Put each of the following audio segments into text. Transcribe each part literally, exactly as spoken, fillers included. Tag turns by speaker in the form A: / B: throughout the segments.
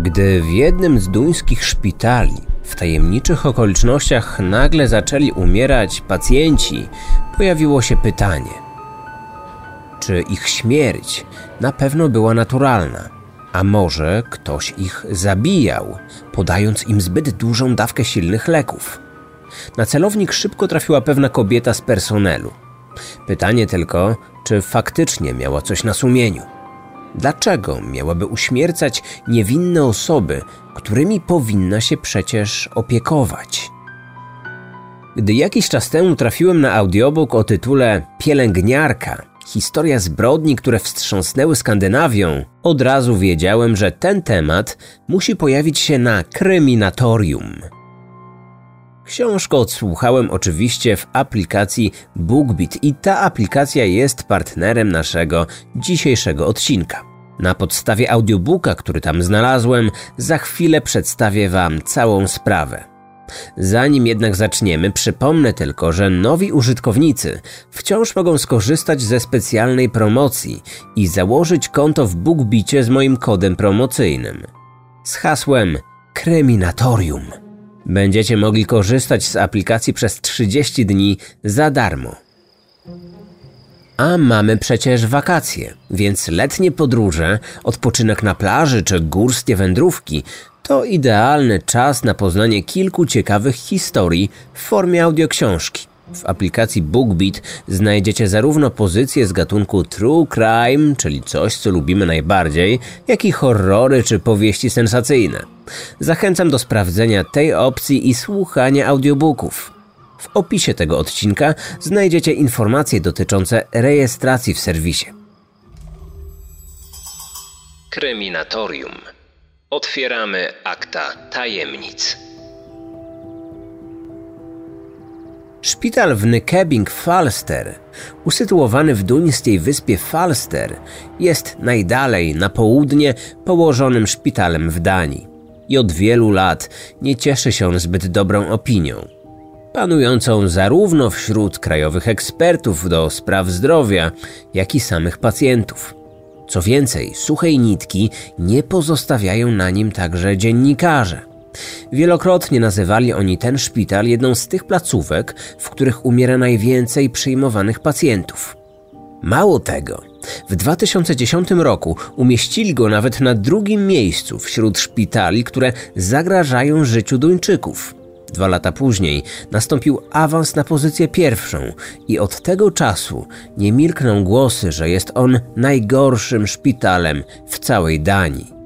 A: Gdy w jednym z duńskich szpitali w tajemniczych okolicznościach nagle zaczęli umierać pacjenci, pojawiło się pytanie, czy ich śmierć na pewno była naturalna, a może ktoś ich zabijał, podając im zbyt dużą dawkę silnych leków. Na celownik szybko trafiła pewna kobieta z personelu. Pytanie tylko, czy faktycznie miała coś na sumieniu. Dlaczego miałaby uśmiercać niewinne osoby, którymi powinna się przecież opiekować? Gdy jakiś czas temu trafiłem na audiobook o tytule Pielęgniarka, historia zbrodni, które wstrząsnęły Skandynawią, od razu wiedziałem, że ten temat musi pojawić się na Kryminatorium. Książkę odsłuchałem oczywiście w aplikacji BookBeat i ta aplikacja jest partnerem naszego dzisiejszego odcinka. Na podstawie audiobooka, który tam znalazłem, za chwilę przedstawię Wam całą sprawę. Zanim jednak zaczniemy, przypomnę tylko, że nowi użytkownicy wciąż mogą skorzystać ze specjalnej promocji i założyć konto w BookBeacie z moim kodem promocyjnym z hasłem Kryminatorium. Będziecie mogli korzystać z aplikacji przez trzydzieści dni za darmo. A mamy przecież wakacje, więc letnie podróże, odpoczynek na plaży czy górskie wędrówki to idealny czas na poznanie kilku ciekawych historii w formie audioksiążki. W aplikacji BookBeat znajdziecie zarówno pozycje z gatunku True Crime, czyli coś, co lubimy najbardziej, jak i horrory czy powieści sensacyjne. Zachęcam do sprawdzenia tej opcji i słuchania audiobooków. W opisie tego odcinka znajdziecie informacje dotyczące rejestracji w serwisie. Kryminatorium. Otwieramy akta tajemnic. Szpital w Nyköping Falster, usytuowany w duńskiej wyspie Falster, jest najdalej na południe położonym szpitalem w Danii i od wielu lat nie cieszy się on zbyt dobrą opinią, panującą zarówno wśród krajowych ekspertów do spraw zdrowia, jak i samych pacjentów. Co więcej, suchej nitki nie pozostawiają na nim także dziennikarze. Wielokrotnie nazywali oni ten szpital jedną z tych placówek, w których umiera najwięcej przyjmowanych pacjentów. Mało tego, w dwa tysiące dziesiątym roku umieścili go nawet na drugim miejscu wśród szpitali, które zagrażają życiu Duńczyków. Dwa lata później nastąpił awans na pozycję pierwszą i od tego czasu nie milkną głosy, że jest on najgorszym szpitalem w całej Danii.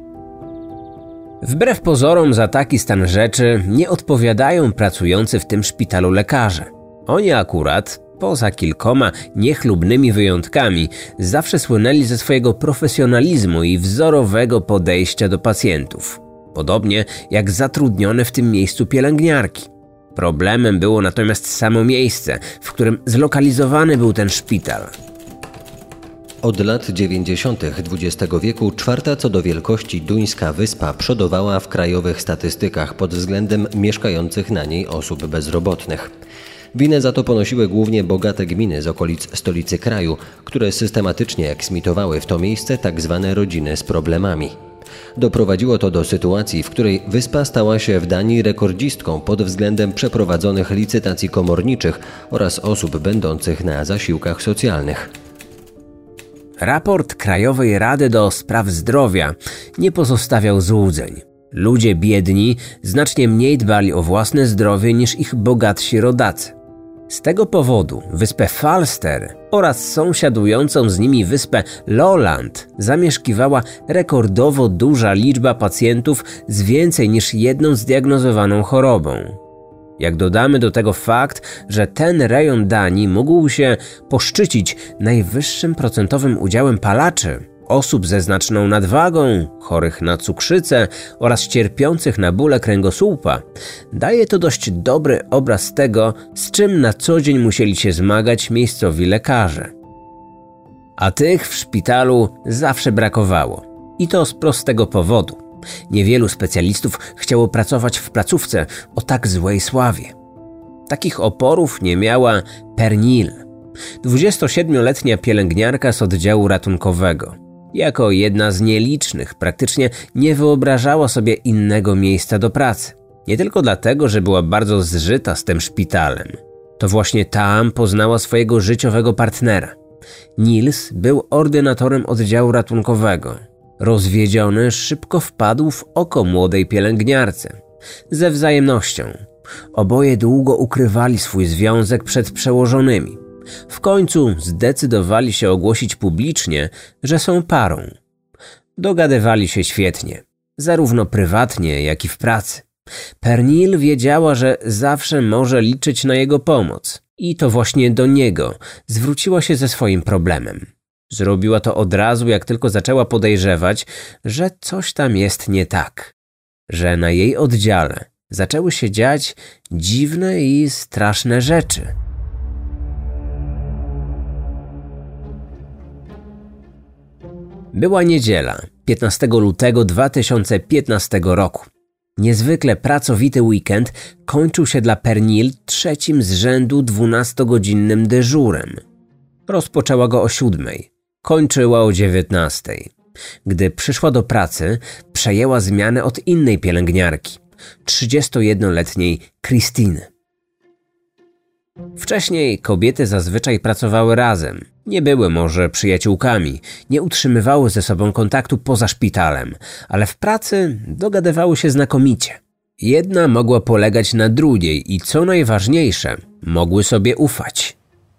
A: Wbrew pozorom za taki stan rzeczy nie odpowiadają pracujący w tym szpitalu lekarze. Oni akurat, poza kilkoma niechlubnymi wyjątkami, zawsze słynęli ze swojego profesjonalizmu i wzorowego podejścia do pacjentów. Podobnie jak zatrudnione w tym miejscu pielęgniarki. Problemem było natomiast samo miejsce, w którym zlokalizowany był ten szpital.
B: Od lat dziewięćdziesiątych dwudziestego wieku czwarta co do wielkości duńska wyspa przodowała w krajowych statystykach pod względem mieszkających na niej osób bezrobotnych. Winę za to ponosiły głównie bogate gminy z okolic stolicy kraju, które systematycznie eksmitowały w to miejsce tak zwane rodziny z problemami. Doprowadziło to do sytuacji, w której wyspa stała się w Danii rekordzistką pod względem przeprowadzonych licytacji komorniczych oraz osób będących na zasiłkach socjalnych.
A: Raport Krajowej Rady do Spraw Zdrowia nie pozostawiał złudzeń. Ludzie biedni znacznie mniej dbali o własne zdrowie niż ich bogatsi rodacy. Z tego powodu wyspę Falster oraz sąsiadującą z nimi wyspę Lolland zamieszkiwała rekordowo duża liczba pacjentów z więcej niż jedną zdiagnozowaną chorobą. Jak dodamy do tego fakt, że ten rejon Danii mógł się poszczycić najwyższym procentowym udziałem palaczy, osób ze znaczną nadwagą, chorych na cukrzycę oraz cierpiących na bóle kręgosłupa, daje to dość dobry obraz tego, z czym na co dzień musieli się zmagać miejscowi lekarze. A tych w szpitalu zawsze brakowało. I to z prostego powodu. Niewielu specjalistów chciało pracować w placówce o tak złej sławie. Takich oporów nie miała Pernille, dwudziestosiedmioletnia pielęgniarka z oddziału ratunkowego. Jako jedna z nielicznych praktycznie nie wyobrażała sobie innego miejsca do pracy. Nie tylko dlatego, że była bardzo zżyta z tym szpitalem. To właśnie tam poznała swojego życiowego partnera. Niels był ordynatorem oddziału ratunkowego. Rozwiedziony szybko wpadł w oko młodej pielęgniarce. Ze wzajemnością. Oboje długo ukrywali swój związek przed przełożonymi. W końcu zdecydowali się ogłosić publicznie, że są parą. Dogadywali się świetnie, zarówno prywatnie, jak i w pracy. Pernille wiedziała, że zawsze może liczyć na jego pomoc i to właśnie do niego zwróciła się ze swoim problemem. Zrobiła to od razu, jak tylko zaczęła podejrzewać, że coś tam jest nie tak, że na jej oddziale zaczęły się dziać dziwne i straszne rzeczy. Była niedziela, piętnastego lutego dwa tysiące piętnastego roku. Niezwykle pracowity weekend kończył się dla Pernille trzecim z rzędu dwunastogodzinnym dyżurem. Rozpoczęła go o siódmej, kończyła o dziewiętnastej. Gdy przyszła do pracy, przejęła zmianę od innej pielęgniarki, trzydziestojednoletniej Christiny. Wcześniej kobiety zazwyczaj pracowały razem. Nie były może przyjaciółkami, nie utrzymywały ze sobą kontaktu poza szpitalem, ale w pracy dogadywały się znakomicie. Jedna mogła polegać na drugiej i co najważniejsze, mogły sobie ufać.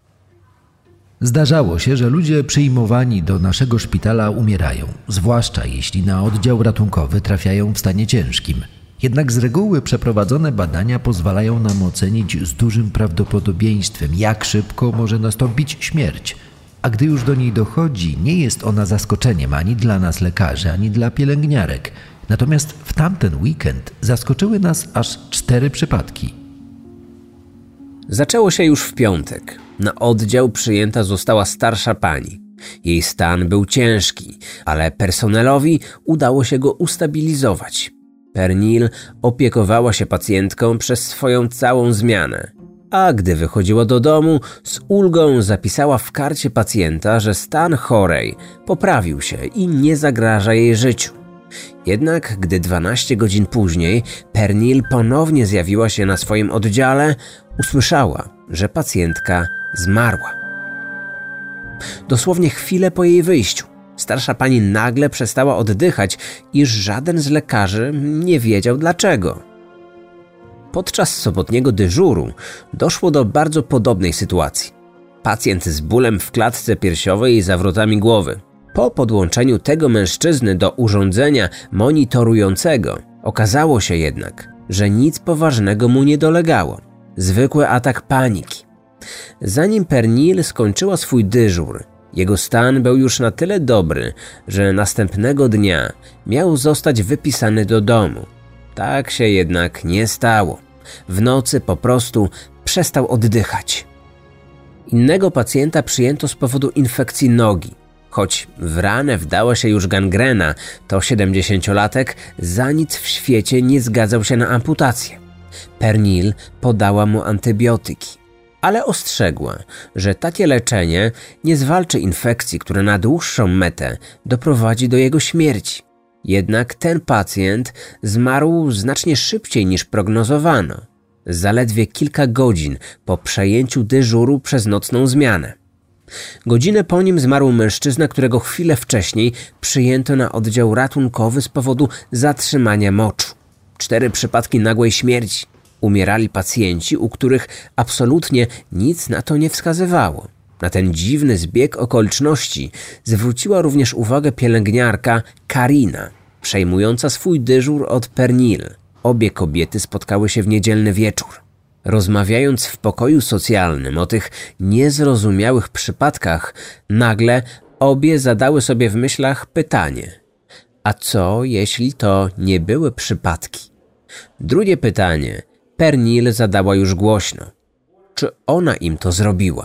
C: Zdarzało się, że ludzie przyjmowani do naszego szpitala umierają, zwłaszcza jeśli na oddział ratunkowy trafiają w stanie ciężkim. Jednak z reguły przeprowadzone badania pozwalają nam ocenić z dużym prawdopodobieństwem, jak szybko może nastąpić śmierć. A gdy już do niej dochodzi, nie jest ona zaskoczeniem ani dla nas lekarzy, ani dla pielęgniarek. Natomiast w tamten weekend zaskoczyły nas aż cztery przypadki.
A: Zaczęło się już w piątek. Na oddział przyjęta została starsza pani. Jej stan był ciężki, ale personelowi udało się go ustabilizować. Pernille opiekowała się pacjentką przez swoją całą zmianę, a gdy wychodziła do domu, z ulgą zapisała w karcie pacjenta, że stan chorej poprawił się i nie zagraża jej życiu. Jednak gdy dwanaście godzin później Pernille ponownie zjawiła się na swoim oddziale, usłyszała, że pacjentka zmarła. Dosłownie chwilę po jej wyjściu starsza pani nagle przestała oddychać i żaden z lekarzy nie wiedział dlaczego. Podczas sobotniego dyżuru doszło do bardzo podobnej sytuacji. Pacjent z bólem w klatce piersiowej i zawrotami głowy. Po podłączeniu tego mężczyzny do urządzenia monitorującego okazało się jednak, że nic poważnego mu nie dolegało. Zwykły atak paniki. Zanim Pernille skończyła swój dyżur, jego stan był już na tyle dobry, że następnego dnia miał zostać wypisany do domu. Tak się jednak nie stało. W nocy po prostu przestał oddychać. Innego pacjenta przyjęto z powodu infekcji nogi. Choć w ranę wdała się już gangrena, to siedemdziesięciolatek za nic w świecie nie zgadzał się na amputację. Pernille podała mu antybiotyki, ale ostrzegła, że takie leczenie nie zwalczy infekcji, która na dłuższą metę doprowadzi do jego śmierci. Jednak ten pacjent zmarł znacznie szybciej niż prognozowano, zaledwie kilka godzin po przejęciu dyżuru przez nocną zmianę. Godzinę po nim zmarł mężczyzna, którego chwilę wcześniej przyjęto na oddział ratunkowy z powodu zatrzymania moczu. Cztery przypadki nagłej śmierci. Umierali pacjenci, u których absolutnie nic na to nie wskazywało. Na ten dziwny zbieg okoliczności zwróciła również uwagę pielęgniarka Karina, przejmująca swój dyżur od Pernille. Obie kobiety spotkały się w niedzielny wieczór. Rozmawiając w pokoju socjalnym o tych niezrozumiałych przypadkach, nagle obie zadały sobie w myślach pytanie: a co, jeśli to nie były przypadki? Drugie pytanie Pernille zadała już głośno. Czy ona im to zrobiła?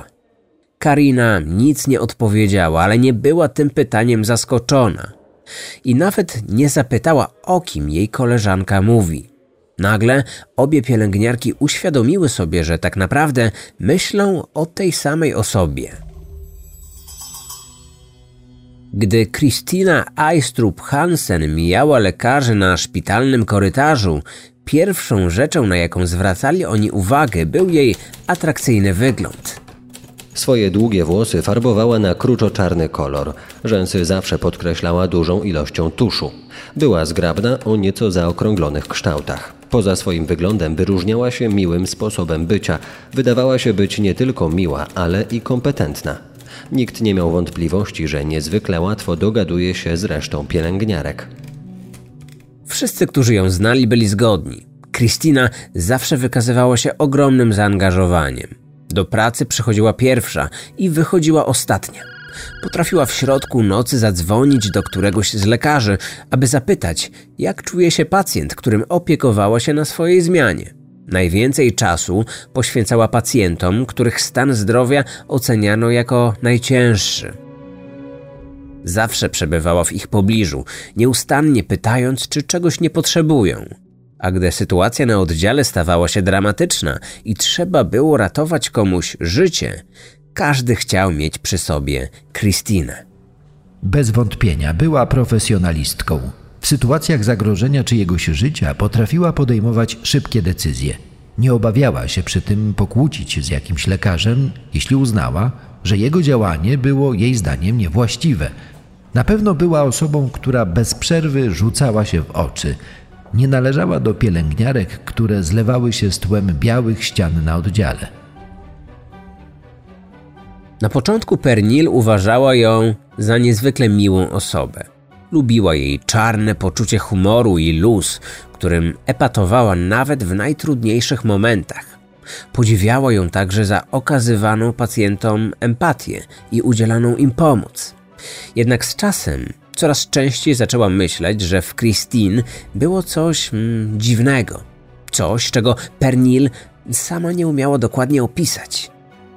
A: Karina nic nie odpowiedziała, ale nie była tym pytaniem zaskoczona. I nawet nie zapytała, o kim jej koleżanka mówi. Nagle obie pielęgniarki uświadomiły sobie, że tak naprawdę myślą o tej samej osobie. Gdy Christina Eistrup Hansen mijała lekarzy na szpitalnym korytarzu, pierwszą rzeczą, na jaką zwracali oni uwagę, był jej atrakcyjny wygląd.
B: Swoje długie włosy farbowała na kruczo-czarny kolor. Rzęsy zawsze podkreślała dużą ilością tuszu. Była zgrabna o nieco zaokrąglonych kształtach. Poza swoim wyglądem wyróżniała się miłym sposobem bycia. Wydawała się być nie tylko miła, ale i kompetentna. Nikt nie miał wątpliwości, że niezwykle łatwo dogaduje się z resztą pielęgniarek.
A: Wszyscy, którzy ją znali, byli zgodni. Christina zawsze wykazywała się ogromnym zaangażowaniem. Do pracy przychodziła pierwsza i wychodziła ostatnia. Potrafiła w środku nocy zadzwonić do któregoś z lekarzy, aby zapytać, jak czuje się pacjent, którym opiekowała się na swojej zmianie. Najwięcej czasu poświęcała pacjentom, których stan zdrowia oceniano jako najcięższy. Zawsze przebywała w ich pobliżu, nieustannie pytając, czy czegoś nie potrzebują. A gdy sytuacja na oddziale stawała się dramatyczna i trzeba było ratować komuś życie, każdy chciał mieć przy sobie Christinę.
C: Bez wątpienia była profesjonalistką. W sytuacjach zagrożenia czyjegoś życia potrafiła podejmować szybkie decyzje. Nie obawiała się przy tym pokłócić z jakimś lekarzem, jeśli uznała, że jego działanie było jej zdaniem niewłaściwe. Na pewno była osobą, która bez przerwy rzucała się w oczy. Nie należała do pielęgniarek, które zlewały się z tłem białych ścian na oddziale.
A: Na początku Pernille uważała ją za niezwykle miłą osobę. Lubiła jej czarne poczucie humoru i luz, którym epatowała nawet w najtrudniejszych momentach. Podziwiała ją także za okazywaną pacjentom empatię i udzielaną im pomoc. Jednak z czasem coraz częściej zaczęła myśleć, że w Christine było coś mm, dziwnego. Coś, czego Pernille sama nie umiała dokładnie opisać.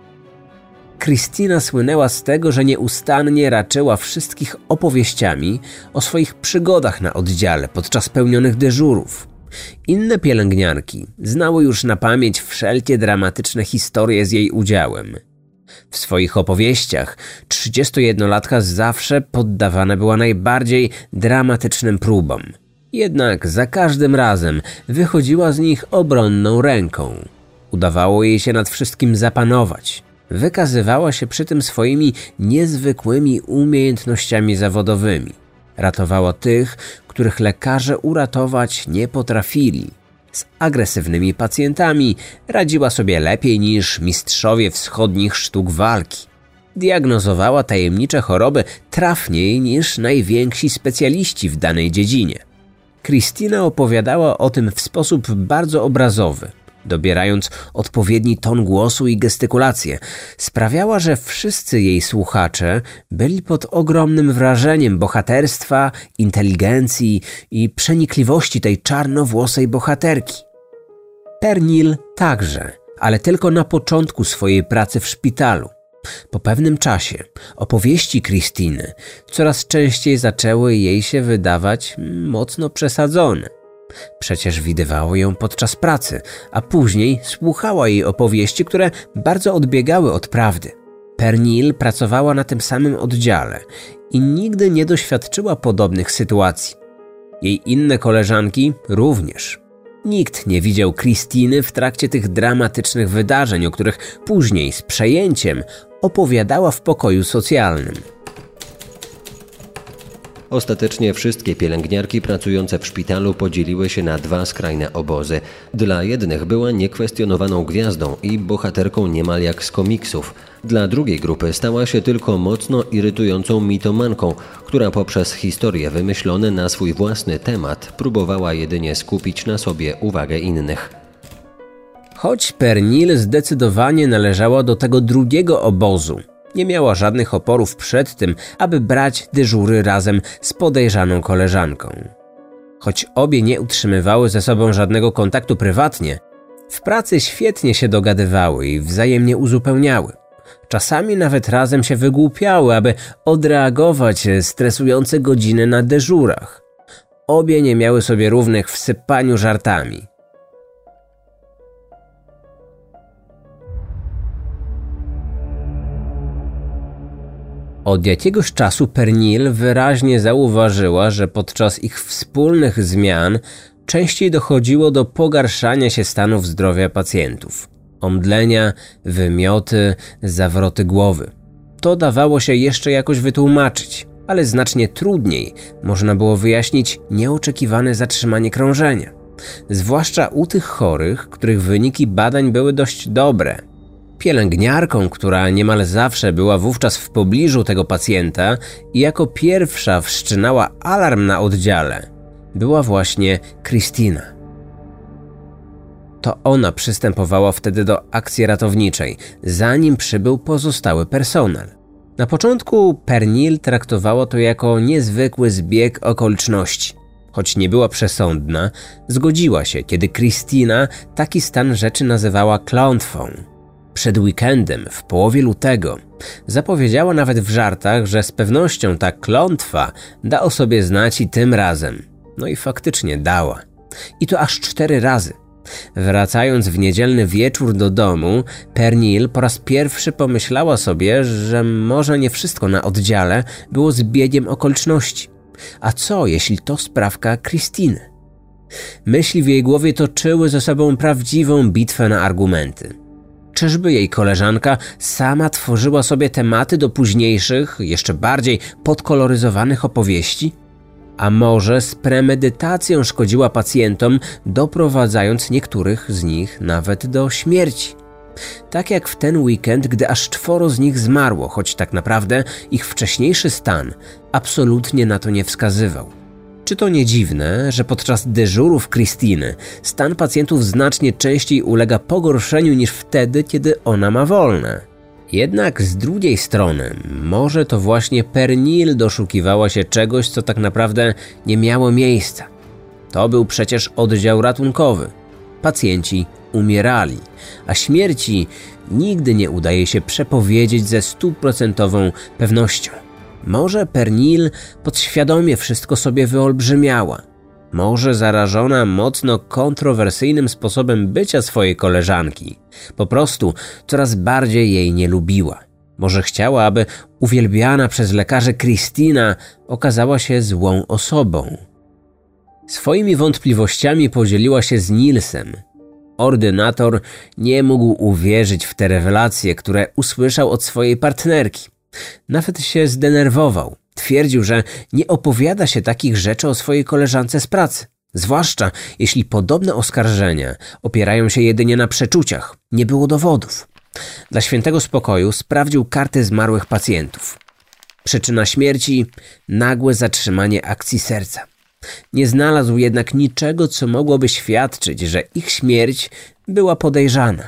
A: Christina słynęła z tego, że nieustannie raczyła wszystkich opowieściami o swoich przygodach na oddziale podczas pełnionych dyżurów. Inne pielęgniarki znały już na pamięć wszelkie dramatyczne historie z jej udziałem. W swoich opowieściach trzydziestojednolatka zawsze poddawana była najbardziej dramatycznym próbom. Jednak za każdym razem wychodziła z nich obronną ręką. Udawało jej się nad wszystkim zapanować. Wykazywała się przy tym swoimi niezwykłymi umiejętnościami zawodowymi. Ratowała tych, których lekarze uratować nie potrafili. Z agresywnymi pacjentami radziła sobie lepiej niż mistrzowie wschodnich sztuk walki. Diagnozowała tajemnicze choroby trafniej niż najwięksi specjaliści w danej dziedzinie. Christina opowiadała o tym w sposób bardzo obrazowy. Dobierając odpowiedni ton głosu i gestykulację, sprawiała, że wszyscy jej słuchacze byli pod ogromnym wrażeniem bohaterstwa, inteligencji i przenikliwości tej czarnowłosej bohaterki. Pernille także, ale tylko na początku swojej pracy w szpitalu. Po pewnym czasie opowieści Christiny coraz częściej zaczęły jej się wydawać mocno przesadzone. Przecież widywało ją podczas pracy, a później słuchała jej opowieści, które bardzo odbiegały od prawdy. Pernille pracowała na tym samym oddziale i nigdy nie doświadczyła podobnych sytuacji. Jej inne koleżanki również. Nikt nie widział Christiny w trakcie tych dramatycznych wydarzeń, o których później z przejęciem opowiadała w pokoju socjalnym.
B: Ostatecznie wszystkie pielęgniarki pracujące w szpitalu podzieliły się na dwa skrajne obozy. Dla jednych była niekwestionowaną gwiazdą i bohaterką niemal jak z komiksów. Dla drugiej grupy stała się tylko mocno irytującą mitomanką, która poprzez historie wymyślone na swój własny temat próbowała jedynie skupić na sobie uwagę innych.
A: Choć Pernille zdecydowanie należała do tego drugiego obozu, nie miała żadnych oporów przed tym, aby brać dyżury razem z podejrzaną koleżanką. Choć obie nie utrzymywały ze sobą żadnego kontaktu prywatnie, w pracy świetnie się dogadywały i wzajemnie uzupełniały. Czasami nawet razem się wygłupiały, aby odreagować stresujące godziny na dyżurach. Obie nie miały sobie równych w sypaniu żartami. Od jakiegoś czasu Pernille wyraźnie zauważyła, że podczas ich wspólnych zmian częściej dochodziło do pogarszania się stanów zdrowia pacjentów. Omdlenia, wymioty, zawroty głowy. To dawało się jeszcze jakoś wytłumaczyć, ale znacznie trudniej można było wyjaśnić nieoczekiwane zatrzymanie krążenia. Zwłaszcza u tych chorych, których wyniki badań były dość dobre. Pielęgniarką, która niemal zawsze była wówczas w pobliżu tego pacjenta i jako pierwsza wszczynała alarm na oddziale, była właśnie Christina. To ona przystępowała wtedy do akcji ratowniczej, zanim przybył pozostały personel. Na początku Pernille traktowała to jako niezwykły zbieg okoliczności. Choć nie była przesądna, zgodziła się, kiedy Christina taki stan rzeczy nazywała klątwą. Przed weekendem, w połowie lutego, zapowiedziała nawet w żartach, że z pewnością ta klątwa da o sobie znać i tym razem. No i faktycznie dała. I to aż cztery razy. Wracając w niedzielny wieczór do domu, Pernille po raz pierwszy pomyślała sobie, że może nie wszystko na oddziale było zbiegiem okoliczności. A co, jeśli to sprawka Christiny? Myśli w jej głowie toczyły ze sobą prawdziwą bitwę na argumenty. Czyżby jej koleżanka sama tworzyła sobie tematy do późniejszych, jeszcze bardziej podkoloryzowanych opowieści? A może z premedytacją szkodziła pacjentom, doprowadzając niektórych z nich nawet do śmierci? Tak jak w ten weekend, gdy aż czworo z nich zmarło, choć tak naprawdę ich wcześniejszy stan absolutnie na to nie wskazywał. Czy to nie dziwne, że podczas dyżurów Christiny stan pacjentów znacznie częściej ulega pogorszeniu niż wtedy, kiedy ona ma wolne? Jednak z drugiej strony, może to właśnie Pernille doszukiwała się czegoś, co tak naprawdę nie miało miejsca. To był przecież oddział ratunkowy. Pacjenci umierali, a śmierci nigdy nie udaje się przepowiedzieć ze stuprocentową pewnością. Może Pernille podświadomie wszystko sobie wyolbrzymiała. Może zarażona mocno kontrowersyjnym sposobem bycia swojej koleżanki, po prostu coraz bardziej jej nie lubiła. Może chciała, aby uwielbiana przez lekarzy Christina okazała się złą osobą. Swoimi wątpliwościami podzieliła się z Nilsem. Ordynator nie mógł uwierzyć w te rewelacje, które usłyszał od swojej partnerki. Nawet się zdenerwował. Twierdził, że nie opowiada się takich rzeczy o swojej koleżance z pracy. Zwłaszcza jeśli podobne oskarżenia opierają się jedynie na przeczuciach. Nie było dowodów. Dla świętego spokoju sprawdził karty zmarłych pacjentów. Przyczyna śmierci – nagłe zatrzymanie akcji serca. Nie znalazł jednak niczego, co mogłoby świadczyć, że ich śmierć była podejrzana.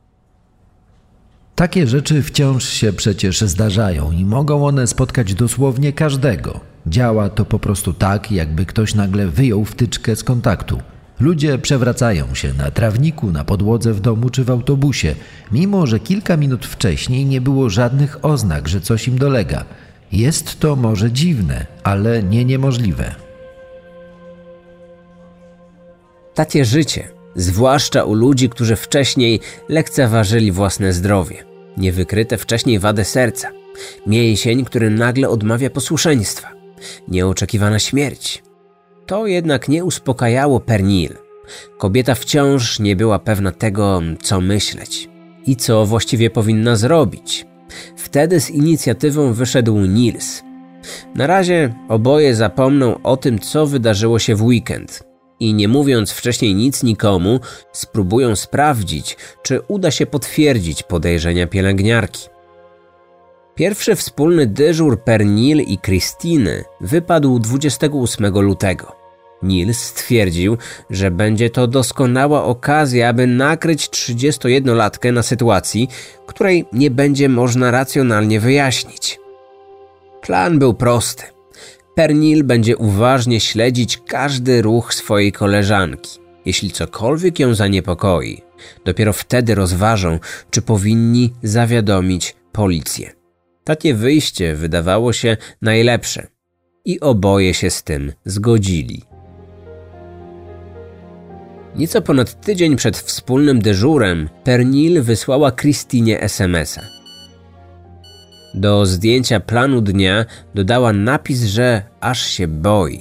C: Takie rzeczy wciąż się przecież zdarzają i mogą one spotkać dosłownie każdego. Działa to po prostu tak, jakby ktoś nagle wyjął wtyczkę z kontaktu. Ludzie przewracają się na trawniku, na podłodze w domu czy w autobusie, mimo że kilka minut wcześniej nie było żadnych oznak, że coś im dolega. Jest to może dziwne, ale nie niemożliwe.
A: Takie życie, zwłaszcza u ludzi, którzy wcześniej lekceważyli własne zdrowie. Niewykryte wcześniej wady serca. Mięsień, który nagle odmawia posłuszeństwa. Nieoczekiwana śmierć. To jednak nie uspokajało Pernille. Kobieta wciąż nie była pewna tego, co myśleć i co właściwie powinna zrobić. Wtedy z inicjatywą wyszedł Nils. Na razie oboje zapomną o tym, co wydarzyło się w weekend i nie mówiąc wcześniej nic nikomu, spróbują sprawdzić, czy uda się potwierdzić podejrzenia pielęgniarki. Pierwszy wspólny dyżur Pernille i Christiny wypadł dwudziestego ósmego lutego. Nils stwierdził, że będzie to doskonała okazja, aby nakryć trzydziestojednolatkę na sytuacji, której nie będzie można racjonalnie wyjaśnić. Plan był prosty. Pernille będzie uważnie śledzić każdy ruch swojej koleżanki. Jeśli cokolwiek ją zaniepokoi, dopiero wtedy rozważą, czy powinni zawiadomić policję. Takie wyjście wydawało się najlepsze i oboje się z tym zgodzili. Nieco ponad tydzień przed wspólnym dyżurem Pernille wysłała Christinie es em es a. Do zdjęcia planu dnia dodała napis, że aż się boi.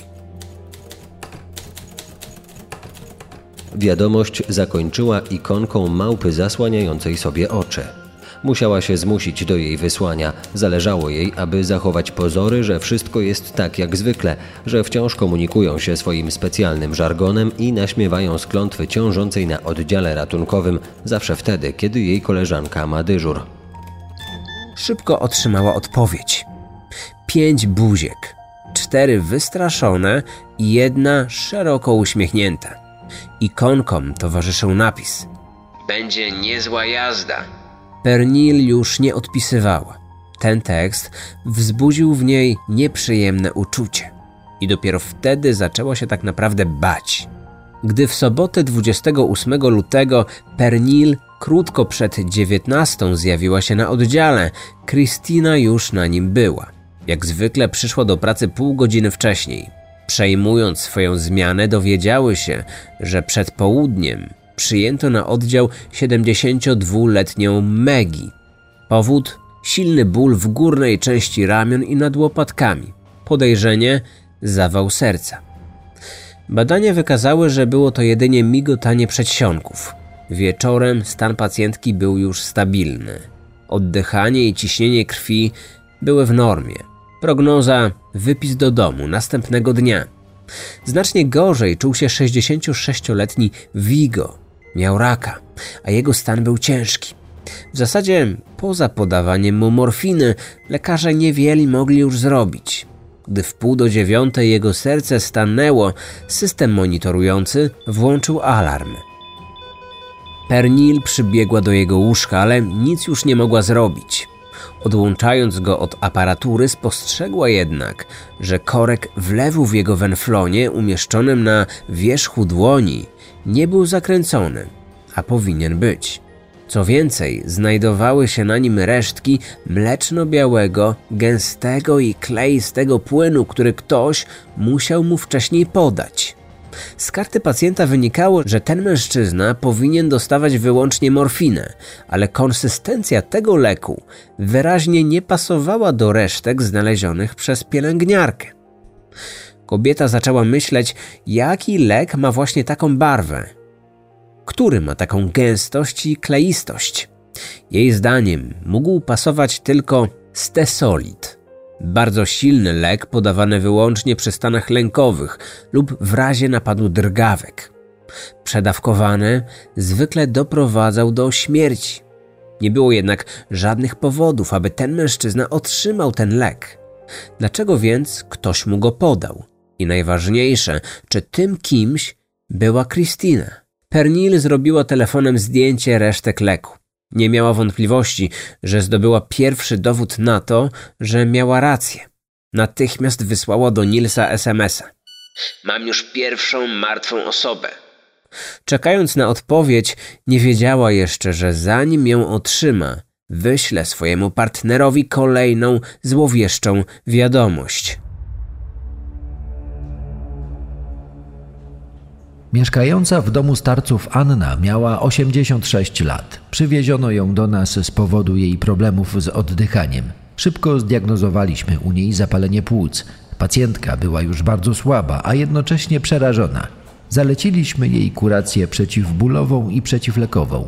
B: Wiadomość zakończyła ikonką małpy zasłaniającej sobie oczy. Musiała się zmusić do jej wysłania. Zależało jej, aby zachować pozory, że wszystko jest tak jak zwykle, że wciąż komunikują się swoim specjalnym żargonem i naśmiewają z klątwy ciążącej na oddziale ratunkowym zawsze wtedy, kiedy jej koleżanka ma dyżur.
A: Szybko otrzymała odpowiedź. Pięć buziek, cztery wystraszone i jedna szeroko uśmiechnięta. Ikonkom towarzyszył napis: będzie niezła jazda. Pernil już nie odpisywała. Ten tekst wzbudził w niej nieprzyjemne uczucie. I dopiero wtedy zaczęła się tak naprawdę bać. Gdy w sobotę dwudziestego ósmego lutego Pernil krótko przed dziewiętnastą zjawiła się na oddziale, Christina już na nim była. Jak zwykle przyszła do pracy pół godziny wcześniej. Przejmując swoją zmianę, dowiedziały się, że przed południem przyjęto na oddział siedemdziesięciodwuletnią Maggie. Powód? Silny ból w górnej części ramion i nad łopatkami. Podejrzenie? Zawał serca. Badania wykazały, że było to jedynie migotanie przedsionków. Wieczorem stan pacjentki był już stabilny. Oddychanie i ciśnienie krwi były w normie. Prognoza: wypis do domu następnego dnia. Znacznie gorzej czuł się sześćdziesięciosześcioletni Vigo. Miał raka, a jego stan był ciężki. W zasadzie poza podawaniem mu morfiny lekarze niewiele mogli już zrobić. Gdy w pół do dziewiątej jego serce stanęło, system monitorujący włączył alarm. Pernil przybiegła do jego łóżka, ale nic już nie mogła zrobić. Odłączając go od aparatury, spostrzegła jednak, że korek wlewu w jego wenflonie umieszczonym na wierzchu dłoni nie był zakręcony, a powinien być. Co więcej, znajdowały się na nim resztki mleczno-białego, gęstego i kleistego płynu, który ktoś musiał mu wcześniej podać. Z karty pacjenta wynikało, że ten mężczyzna powinien dostawać wyłącznie morfinę, ale konsystencja tego leku wyraźnie nie pasowała do resztek znalezionych przez pielęgniarkę. Kobieta zaczęła myśleć, jaki lek ma właśnie taką barwę, który ma taką gęstość i kleistość. Jej zdaniem mógł pasować tylko Stesolid. Bardzo silny lek podawany wyłącznie przy stanach lękowych lub w razie napadu drgawek. Przedawkowany zwykle doprowadzał do śmierci. Nie było jednak żadnych powodów, aby ten mężczyzna otrzymał ten lek. Dlaczego więc ktoś mu go podał? I najważniejsze, czy tym kimś była Christina? Pernil zrobiła telefonem zdjęcie resztek leku. Nie miała wątpliwości, że zdobyła pierwszy dowód na to, że miała rację. Natychmiast wysłała do Nilsa es em es a. Mam już pierwszą martwą osobę. Czekając na odpowiedź, nie wiedziała jeszcze, że zanim ją otrzyma, wyśle swojemu partnerowi kolejną złowieszczą wiadomość.
C: Mieszkająca w domu starców Anna miała osiemdziesiąt sześć lat. Przywieziono ją do nas z powodu jej problemów z oddychaniem. Szybko zdiagnozowaliśmy u niej zapalenie płuc. Pacjentka była już bardzo słaba, a jednocześnie przerażona. Zaleciliśmy jej kurację przeciwbólową i przeciwlekową.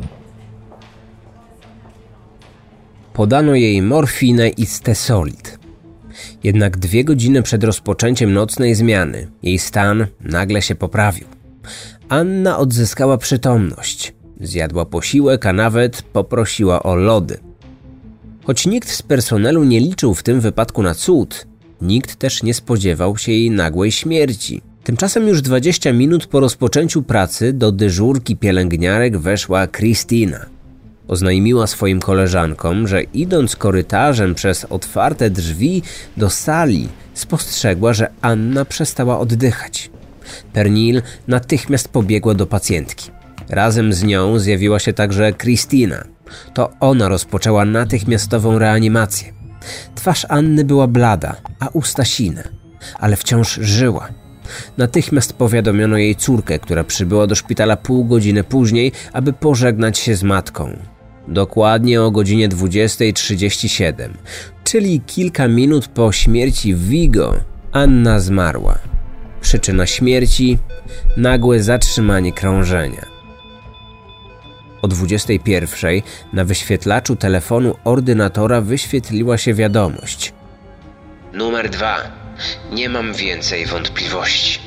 A: Podano jej morfinę i Stesolid. Jednak dwie godziny przed rozpoczęciem nocnej zmiany jej stan nagle się poprawił. Anna odzyskała przytomność. Zjadła posiłek, a nawet poprosiła o lody. Choć nikt z personelu nie liczył w tym wypadku na cud, nikt też nie spodziewał się jej nagłej śmierci. Tymczasem już dwadzieścia minut po rozpoczęciu pracy do dyżurki pielęgniarek weszła Christina. Oznajmiła swoim koleżankom, że idąc korytarzem przez otwarte drzwi do sali, spostrzegła, że Anna przestała oddychać. Pernil natychmiast pobiegła do pacjentki. Razem z nią zjawiła się także Christina. To ona rozpoczęła natychmiastową reanimację. Twarz Anny była blada, a usta sine, ale wciąż żyła. Natychmiast powiadomiono jej córkę, która przybyła do szpitala pół godziny później, aby pożegnać się z matką. Dokładnie o godzinie dwudziestej trzydzieści siedem, czyli kilka minut po śmierci Vigo, Anna zmarła. Przyczyna śmierci – nagłe zatrzymanie krążenia. O dwudziestej pierwszej na wyświetlaczu telefonu ordynatora wyświetliła się wiadomość. Numer dwa. Nie mam więcej wątpliwości.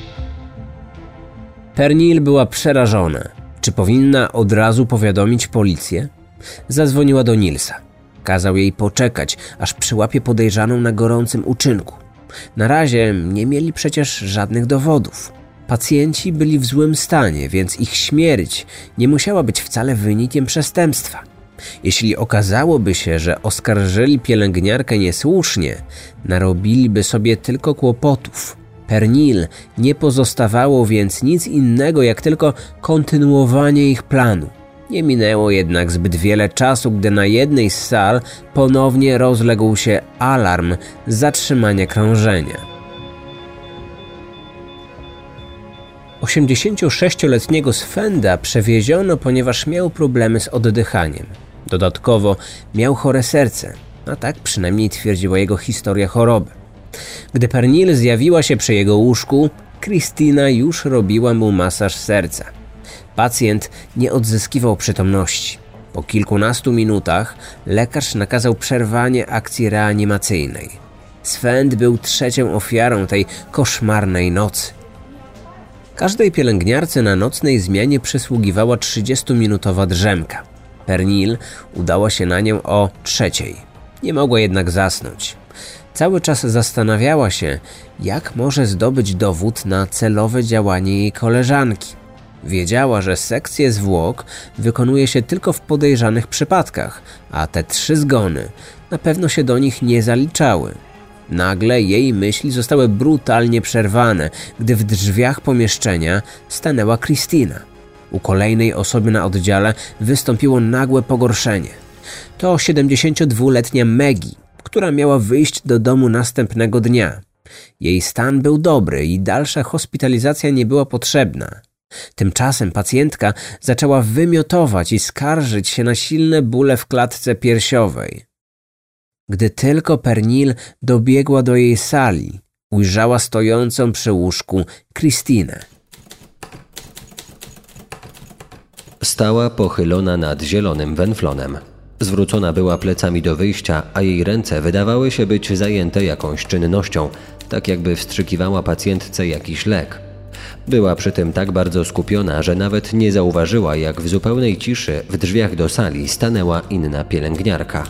A: Pernil była przerażona. Czy powinna od razu powiadomić policję? Zadzwoniła do Nilsa. Kazał jej poczekać, aż przyłapie podejrzaną na gorącym uczynku. Na razie nie mieli przecież żadnych dowodów. Pacjenci byli w złym stanie, więc ich śmierć nie musiała być wcale wynikiem przestępstwa. Jeśli okazałoby się, że oskarżyli pielęgniarkę niesłusznie, narobiliby sobie tylko kłopotów. Pernil nie pozostawało więc nic innego, jak tylko kontynuowanie ich planu. Nie minęło jednak zbyt wiele czasu, gdy na jednej z sal ponownie rozległ się alarm zatrzymania krążenia. osiemdziesięciosześcioletniego Svenda przewieziono, ponieważ miał problemy z oddychaniem. Dodatkowo miał chore serce, a tak przynajmniej twierdziła jego historia choroby. Gdy Pernil zjawiła się przy jego łóżku, Christina już robiła mu masaż serca. Pacjent nie odzyskiwał przytomności. Po kilkunastu minutach lekarz nakazał przerwanie akcji reanimacyjnej. Svend był trzecią ofiarą tej koszmarnej nocy. Każdej pielęgniarce na nocnej zmianie przysługiwała trzydziestominutowa drzemka. Pernil udała się na nią o trzeciej. Nie mogła jednak zasnąć. Cały czas zastanawiała się, jak może zdobyć dowód na celowe działanie jej koleżanki. Wiedziała, że sekcję zwłok wykonuje się tylko w podejrzanych przypadkach, a te trzy zgony na pewno się do nich nie zaliczały. Nagle jej myśli zostały brutalnie przerwane, gdy w drzwiach pomieszczenia stanęła Christina. U kolejnej osoby na oddziale wystąpiło nagłe pogorszenie. To siedemdziesięciodwuletnia Maggie, która miała wyjść do domu następnego dnia. Jej stan był dobry i dalsza hospitalizacja nie była potrzebna. Tymczasem pacjentka zaczęła wymiotować i skarżyć się na silne bóle w klatce piersiowej. Gdy tylko Pernil dobiegła do jej sali, ujrzała stojącą przy łóżku Christinę.
B: Stała pochylona nad zielonym wenflonem. Zwrócona była plecami do wyjścia, a jej ręce wydawały się być zajęte jakąś czynnością, tak jakby wstrzykiwała pacjentce jakiś lek. Była przy tym tak bardzo skupiona, że nawet nie zauważyła, jak w zupełnej ciszy w drzwiach do sali stanęła inna pielęgniarka.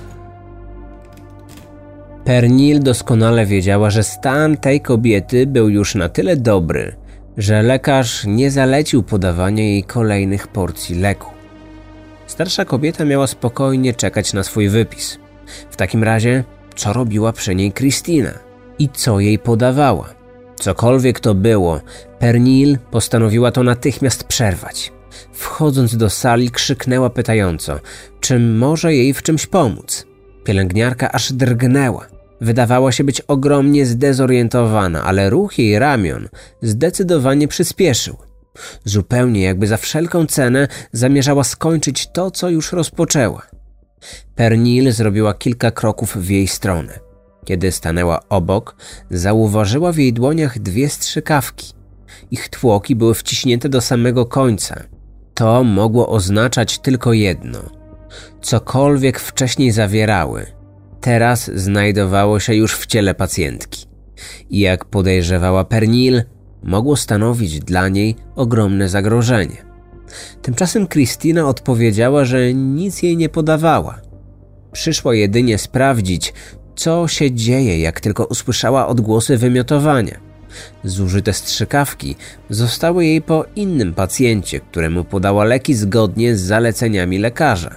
A: Pernil doskonale wiedziała, że stan tej kobiety był już na tyle dobry, że lekarz nie zalecił podawania jej kolejnych porcji leku. Starsza kobieta miała spokojnie czekać na swój wypis. W takim razie, co robiła przy niej Christina? I co jej podawała? Cokolwiek to było, Pernil postanowiła to natychmiast przerwać. Wchodząc do sali, krzyknęła pytająco, czy może jej w czymś pomóc. Pielęgniarka aż drgnęła. Wydawała się być ogromnie zdezorientowana, ale ruch jej ramion zdecydowanie przyspieszył. Zupełnie jakby za wszelką cenę zamierzała skończyć to, co już rozpoczęła. Pernil zrobiła kilka kroków w jej stronę. Kiedy stanęła obok, zauważyła w jej dłoniach dwie strzykawki. Ich tłoki były wciśnięte do samego końca. To mogło oznaczać tylko jedno. Cokolwiek wcześniej zawierały, teraz znajdowało się już w ciele pacjentki. I jak podejrzewała Pernil, mogło stanowić dla niej ogromne zagrożenie. Tymczasem Christina odpowiedziała, że nic jej nie podawała. Przyszła jedynie sprawdzić, co się dzieje, jak tylko usłyszała odgłosy wymiotowania. Zużyte strzykawki zostały jej po innym pacjencie, któremu podała leki zgodnie z zaleceniami lekarza.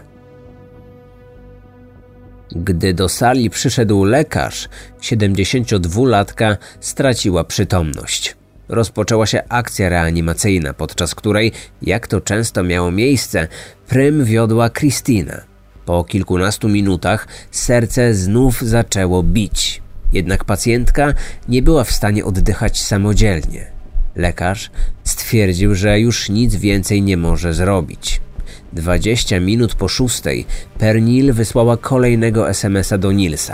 A: Gdy do sali przyszedł lekarz, siedemdziesięciodwulatka straciła przytomność. Rozpoczęła się akcja reanimacyjna, podczas której, jak to często miało miejsce, prym wiodła Christina. Po kilkunastu minutach serce znów zaczęło bić. Jednak pacjentka nie była w stanie oddychać samodzielnie. Lekarz stwierdził, że już nic więcej nie może zrobić. Dwadzieścia minut po szóstej Pernil wysłała kolejnego es em es a do Nilsa.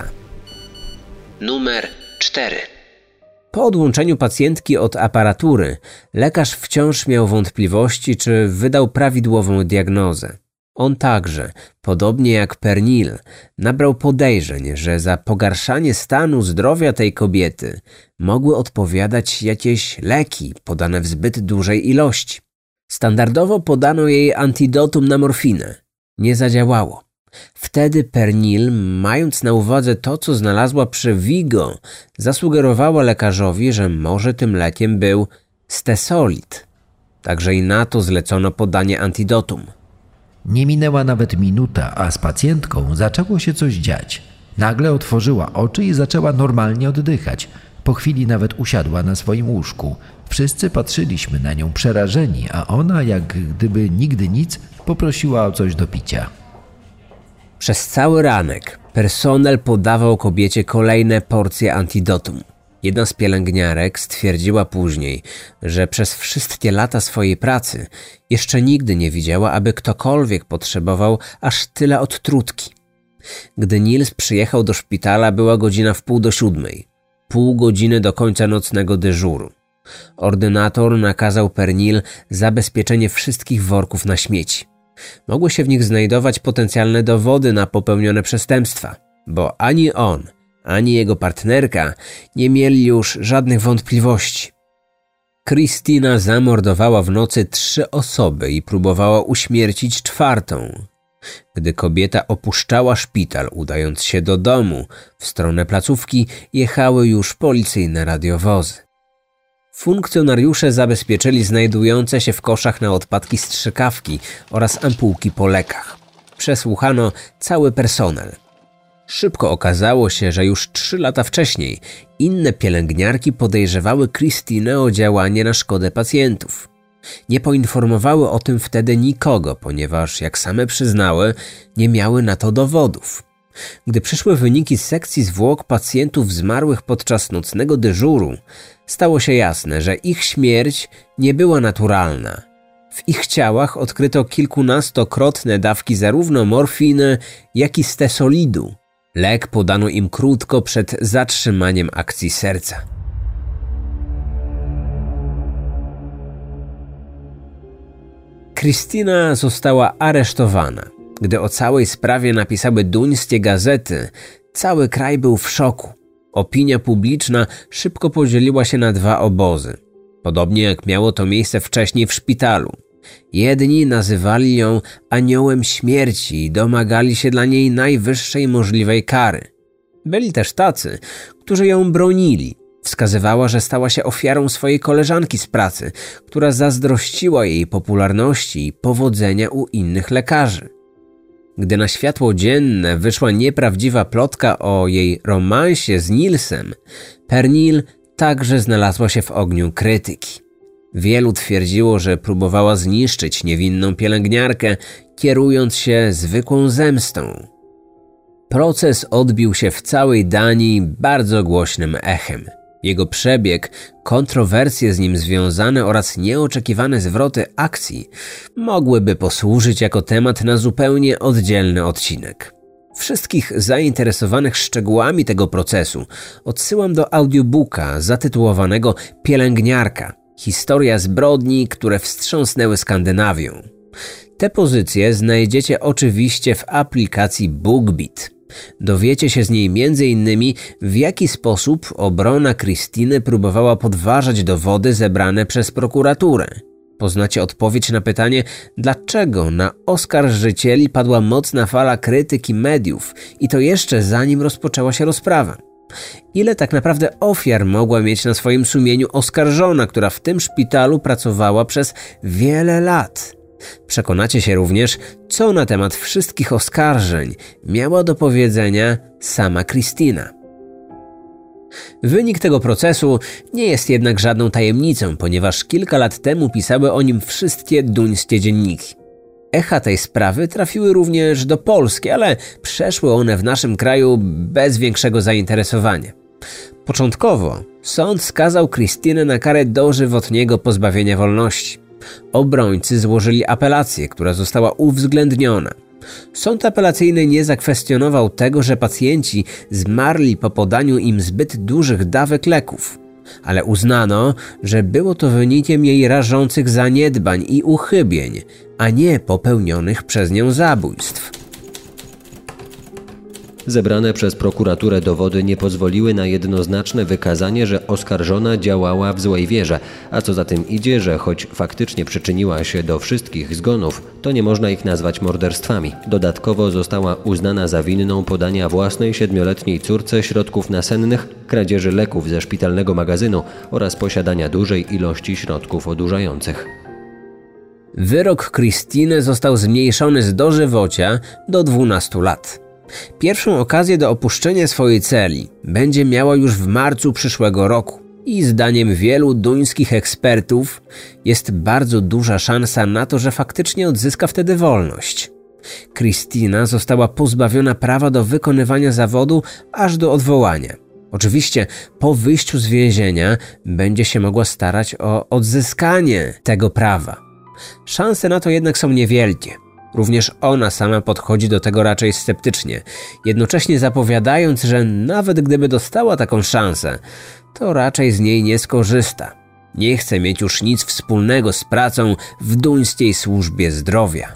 A: Numer cztery. Po odłączeniu pacjentki od aparatury, lekarz wciąż miał wątpliwości, czy wydał prawidłową diagnozę. On także, podobnie jak Pernil, nabrał podejrzeń, że za pogarszanie stanu zdrowia tej kobiety mogły odpowiadać jakieś leki podane w zbyt dużej ilości. Standardowo podano jej antidotum na morfinę. Nie zadziałało. Wtedy Pernil, mając na uwadze to, co znalazła przy Vigo, zasugerowała lekarzowi, że może tym lekiem był stesolid. Także i na to zlecono podanie antidotum.
C: Nie minęła nawet minuta, a z pacjentką zaczęło się coś dziać. Nagle otworzyła oczy i zaczęła normalnie oddychać. Po chwili nawet usiadła na swoim łóżku. Wszyscy patrzyliśmy na nią przerażeni, a ona, jak gdyby nigdy nic, poprosiła o coś do picia.
A: Przez cały ranek personel podawał kobiecie kolejne porcje antidotum. Jedna z pielęgniarek stwierdziła później, że przez wszystkie lata swojej pracy jeszcze nigdy nie widziała, aby ktokolwiek potrzebował aż tyle odtrutki. Gdy Nils przyjechał do szpitala, była godzina w pół do siódmej. Pół godziny do końca nocnego dyżuru. Ordynator nakazał Pernil zabezpieczenie wszystkich worków na śmieci. Mogły się w nich znajdować potencjalne dowody na popełnione przestępstwa, bo ani on, ani jego partnerka nie mieli już żadnych wątpliwości. Christina zamordowała w nocy trzy osoby i próbowała uśmiercić czwartą. Gdy kobieta opuszczała szpital, udając się do domu, w stronę placówki jechały już policyjne radiowozy. Funkcjonariusze zabezpieczyli znajdujące się w koszach na odpadki strzykawki oraz ampułki po lekach. Przesłuchano cały personel. Szybko okazało się, że już trzy lata wcześniej inne pielęgniarki podejrzewały Christinę o działanie na szkodę pacjentów. Nie poinformowały o tym wtedy nikogo, ponieważ, jak same przyznały, nie miały na to dowodów. Gdy przyszły wyniki z sekcji zwłok pacjentów zmarłych podczas nocnego dyżuru, stało się jasne, że ich śmierć nie była naturalna. W ich ciałach odkryto kilkunastokrotne dawki zarówno morfiny, jak i stesolidu. Lek podano im krótko przed zatrzymaniem akcji serca. Christina została aresztowana. Gdy o całej sprawie napisały duńskie gazety, cały kraj był w szoku. Opinia publiczna szybko podzieliła się na dwa obozy. Podobnie jak miało to miejsce wcześniej w szpitalu. Jedni nazywali ją aniołem śmierci i domagali się dla niej najwyższej możliwej kary. Byli też tacy, którzy ją bronili. Wskazywała, że stała się ofiarą swojej koleżanki z pracy, która zazdrościła jej popularności i powodzenia u innych lekarzy. Gdy na światło dzienne wyszła nieprawdziwa plotka o jej romansie z Nilsem, Pernil także znalazła się w ogniu krytyki. Wielu twierdziło, że próbowała zniszczyć niewinną pielęgniarkę, kierując się zwykłą zemstą. Proces odbił się w całej Danii bardzo głośnym echem. Jego przebieg, kontrowersje z nim związane oraz nieoczekiwane zwroty akcji mogłyby posłużyć jako temat na zupełnie oddzielny odcinek. Wszystkich zainteresowanych szczegółami tego procesu odsyłam do audiobooka zatytułowanego Pielęgniarka – historia zbrodni, które wstrząsnęły Skandynawią. Te pozycje znajdziecie oczywiście w aplikacji BookBeat. Dowiecie się z niej między innymi, w jaki sposób obrona Christiny próbowała podważać dowody zebrane przez prokuraturę. Poznacie odpowiedź na pytanie, dlaczego na oskarżycieli padła mocna fala krytyki mediów i to jeszcze zanim rozpoczęła się rozprawa. Ile tak naprawdę ofiar mogła mieć na swoim sumieniu oskarżona, która w tym szpitalu pracowała przez wiele lat. Przekonacie się również, co na temat wszystkich oskarżeń miała do powiedzenia sama Christina. Wynik tego procesu nie jest jednak żadną tajemnicą, ponieważ kilka lat temu pisały o nim wszystkie duńskie dzienniki. Echa tej sprawy trafiły również do Polski, ale przeszły one w naszym kraju bez większego zainteresowania. Początkowo sąd skazał Christinę na karę dożywotniego pozbawienia wolności. Obrońcy złożyli apelację, która została uwzględniona. Sąd apelacyjny nie zakwestionował tego, że pacjenci zmarli po podaniu im zbyt dużych dawek leków, ale uznano, że było to wynikiem jej rażących zaniedbań i uchybień, a nie popełnionych przez nią zabójstw.
B: Zebrane przez prokuraturę dowody nie pozwoliły na jednoznaczne wykazanie, że oskarżona działała w złej wierze, a co za tym idzie, że choć faktycznie przyczyniła się do wszystkich zgonów, to nie można ich nazwać morderstwami. Dodatkowo została uznana za winną podania własnej siedmioletniej córce środków nasennych, kradzieży leków ze szpitalnego magazynu oraz posiadania dużej ilości środków odurzających.
A: Wyrok Christine został zmniejszony z dożywocia do dwunastu lat. Pierwszą okazję do opuszczenia swojej celi będzie miała już w marcu przyszłego roku i zdaniem wielu duńskich ekspertów jest bardzo duża szansa na to, że faktycznie odzyska wtedy wolność. Christina została pozbawiona prawa do wykonywania zawodu aż do odwołania. Oczywiście po wyjściu z więzienia będzie się mogła starać o odzyskanie tego prawa. Szanse na to jednak są niewielkie. Również ona sama podchodzi do tego raczej sceptycznie, jednocześnie zapowiadając, że nawet gdyby dostała taką szansę, to raczej z niej nie skorzysta. Nie chce mieć już nic wspólnego z pracą w duńskiej służbie zdrowia.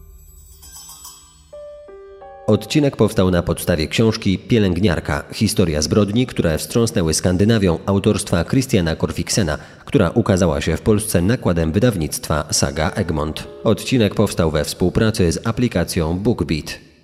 B: Odcinek powstał na podstawie książki Pielęgniarka. Historia zbrodni, które wstrząsnęły Skandynawią, autorstwa Christiana Korfiksena, która ukazała się w Polsce nakładem wydawnictwa Saga Egmont. Odcinek powstał we współpracy z aplikacją BookBeat.